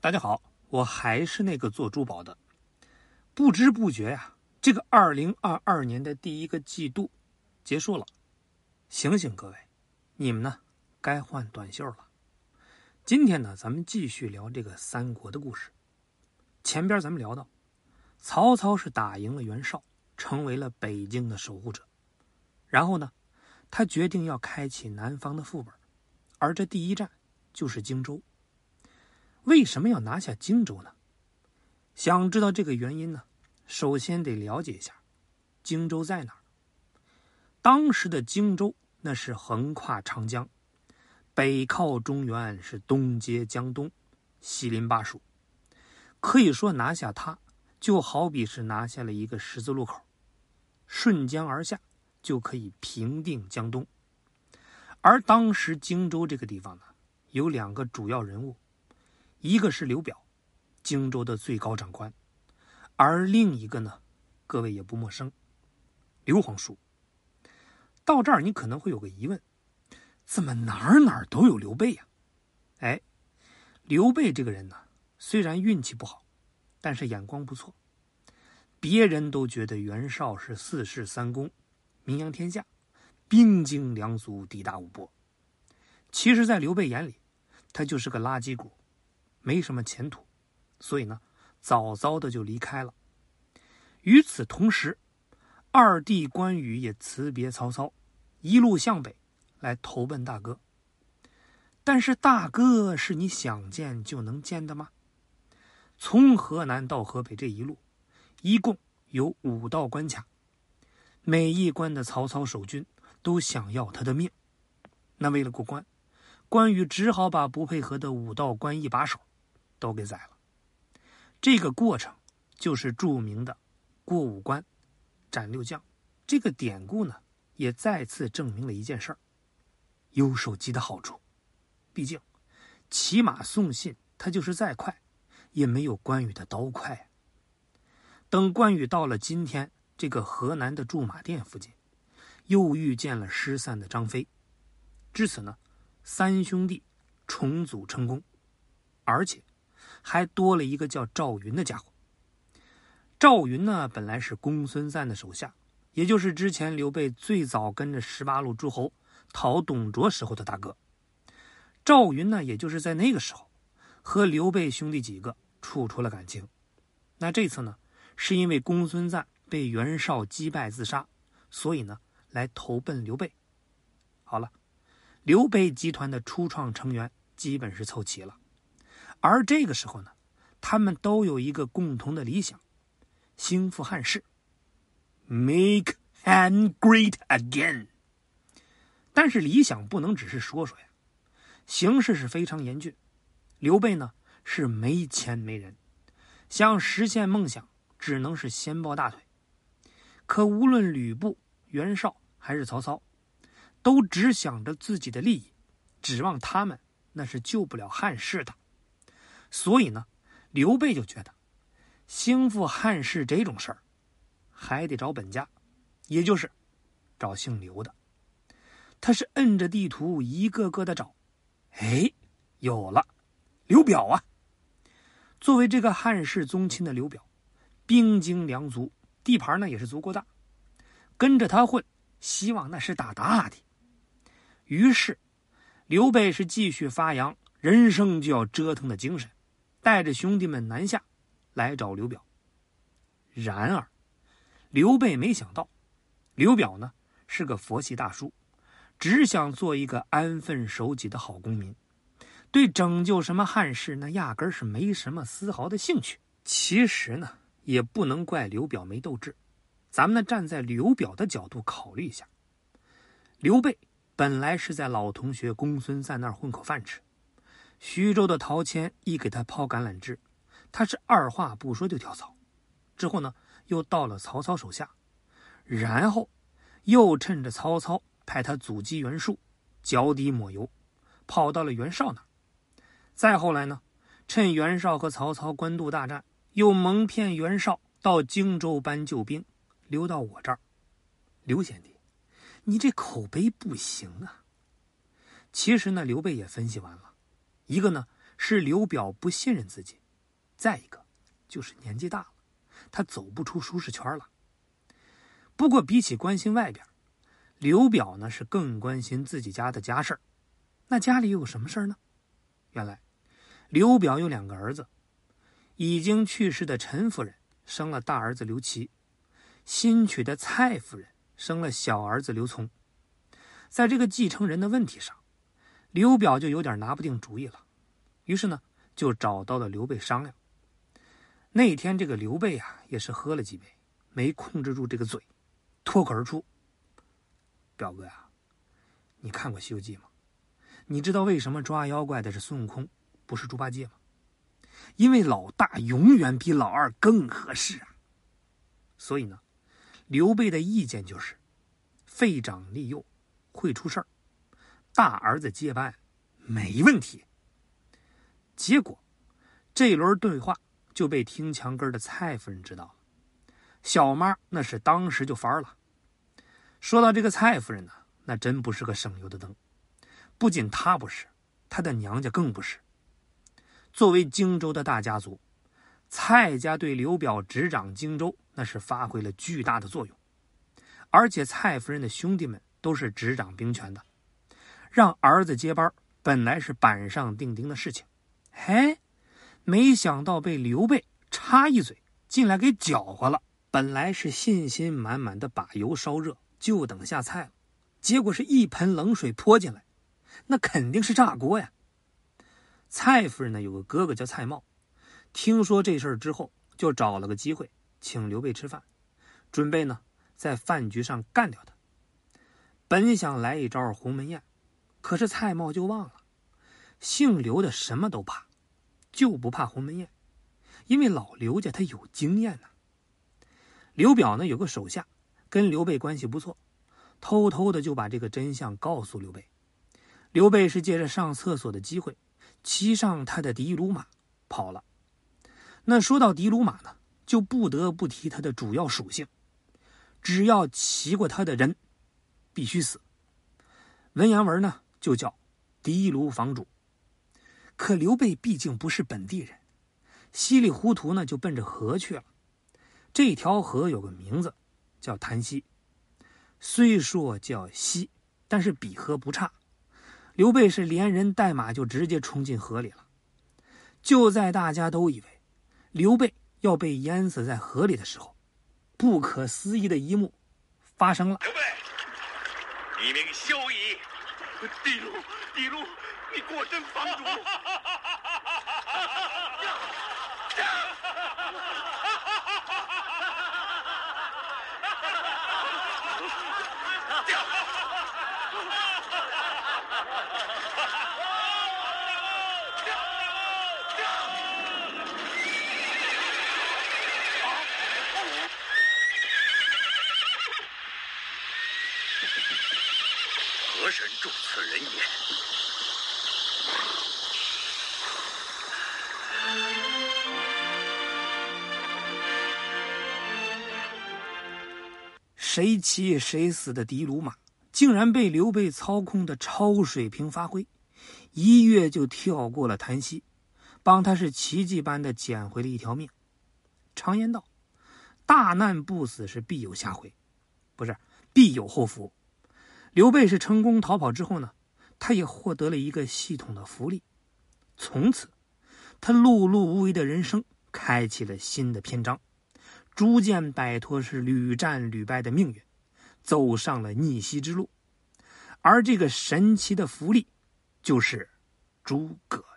大家好，我还是那个做珠宝的。不知不觉呀，这个2022年的第一个季度结束了。醒醒各位，你们呢该换短袖了。今天呢，咱们继续聊这个三国的故事。前边咱们聊到，曹操是打赢了袁绍，成为了北京的守护者。然后呢，他决定要开启南方的副本，而这第一站就是荆州。为什么要拿下荆州呢？想知道这个原因呢，首先得了解一下荆州在哪儿。当时的荆州那是横跨长江，北靠中原，是东接江东，西临巴蜀。可以说拿下它就好比是拿下了一个十字路口，顺江而下就可以平定江东。而当时荆州这个地方呢，有两个主要人物，一个是刘表，荆州的最高长官，而另一个呢，各位也不陌生，刘皇叔。到这儿你可能会有个疑问，怎么哪儿都有刘备呀？刘备这个人呢，虽然运气不好，但是眼光不错。别人都觉得袁绍是四世三公，名扬天下，兵精粮足，地大物博。其实在刘备眼里，他就是个垃圾股，没什么前途，所以呢，早早的就离开了。与此同时，二弟关羽也辞别曹操，一路向北来投奔大哥。但是大哥是你想见就能见的吗？从河南到河北这一路，一共有5道关卡，每一关的曹操守军都想要他的命。那为了过关，关羽只好把不配合的5道关一把手都给宰了。这个过程就是著名的过5关斩6将。这个典故呢，也再次证明了一件事儿：有手机的好处。毕竟骑马送信，他就是再快也没有关羽的刀快。等关羽到了今天这个河南的驻马店附近，又遇见了失散的张飞。至此呢，3兄弟重组成功，而且还多了一个叫赵云的家伙。赵云呢，本来是公孙瓒的手下，也就是之前刘备最早跟着18路诸侯讨董卓时候的大哥。赵云呢，也就是在那个时候和刘备兄弟几个处出了感情。那这次呢，是因为公孙瓒被袁绍击败自杀，所以呢来投奔刘备。好了，刘备集团的初创成员基本是凑齐了。而这个时候呢，他们都有一个共同的理想，兴复汉室， Make Han Great Again。 但是理想不能只是说说呀，形势是非常严峻。刘备呢是没钱没人，想实现梦想只能是先抱大腿。可无论吕布、袁绍还是曹操，都只想着自己的利益，指望他们那是救不了汉室的。所以呢，刘备就觉得兴复汉室这种事儿还得找本家，也就是找姓刘的。他是摁着地图一个个的找，有了，刘表啊！作为这个汉室宗亲的刘表，兵精粮足，地盘呢也是足够大，跟着他混，希望那是打大的。于是刘备是继续发扬人生就要折腾的精神，带着兄弟们南下来找刘表。然而刘备没想到，刘表呢是个佛系大叔，只想做一个安分守己的好公民，对拯救什么汉室那压根是没什么丝毫的兴趣。其实呢也不能怪刘表没斗志，咱们呢站在刘表的角度考虑一下。刘备本来是在老同学公孙瓒那儿混口饭吃，徐州的陶谦一给他抛橄榄枝，他是二话不说就跳槽。之后呢又到了曹操手下，然后又趁着曹操派他阻击袁术，脚底抹油，跑到了袁绍那儿。再后来呢，趁袁绍和曹操官渡大战，又蒙骗袁绍到荆州搬救兵，留到我这儿。刘贤弟，你这口碑不行啊。其实呢，刘备也分析完了，一个呢是刘表不信任自己，再一个就是年纪大了，他走不出舒适圈了。不过比起关心外边，刘表呢是更关心自己家的家事儿。那家里有什么事儿呢？原来刘表有2个儿子，已经去世的陈夫人生了大儿子刘琦，新娶的蔡夫人生了小儿子刘琮。在这个继承人的问题上，刘表就有点拿不定主意了，于是呢就找到了刘备商量。那天这个刘备啊也是喝了几杯，没控制住这个嘴，脱口而出：表哥呀，你看过《西游记》吗？你知道为什么抓妖怪的是孙悟空，不是猪八戒吗？因为老大永远比老二更合适啊。所以呢，刘备的意见就是废长立幼会出事儿，大儿子接班没问题。结果这轮对话就被听墙根的蔡夫人知道了，小妈那是当时就翻了。说到这个蔡夫人呢，那真不是个省油的灯，不仅她不是，她的娘家更不是。作为荆州的大家族，蔡家对刘表执掌荆州那是发挥了巨大的作用，而且蔡夫人的兄弟们都是执掌兵权的，让儿子接班本来是板上钉钉的事情，没想到被刘备插一嘴进来给搅和了。本来是信心满满的把油烧热，就等下菜了，结果是一盆冷水泼进来，那肯定是炸锅呀。蔡夫人呢有个哥哥叫蔡瑁，听说这事儿之后，就找了个机会请刘备吃饭，准备呢在饭局上干掉他。本想来一招鸿门宴，可是蔡瑁就忘了，姓刘的什么都怕，就不怕鸿门宴，因为老刘家他有经验呢。刘表呢有个手下跟刘备关系不错，偷偷的就把这个真相告诉刘备。刘备是借着上厕所的机会，骑上他的的卢马跑了。那说到的卢马呢，就不得不提他的主要属性，只要骑过他的人必须死。文言文呢就叫的卢房主。可刘备毕竟不是本地人，稀里糊涂呢就奔着河去了。这条河有个名字叫潭溪，虽说叫溪，但是比河不差。刘备是连人带马就直接冲进河里了。就在大家都以为刘备要被淹死在河里的时候，不可思议的一幕发生了。 刘备，你命休矣！地卢，你果真房主？何人助此人也？ 谁骑谁死的的卢马，竟然被刘备操控的超水平发挥，一跃就跳过了潭溪，帮他是奇迹般的捡回了一条命。常言道，大难不死是必有下回，不是必有后福。刘备是成功逃跑之后呢，他也获得了一个系统的福利，从此他碌碌无为的人生开启了新的篇章，逐渐摆脱是屡战屡败的命运，走上了逆袭之路。而这个神奇的福利就是诸葛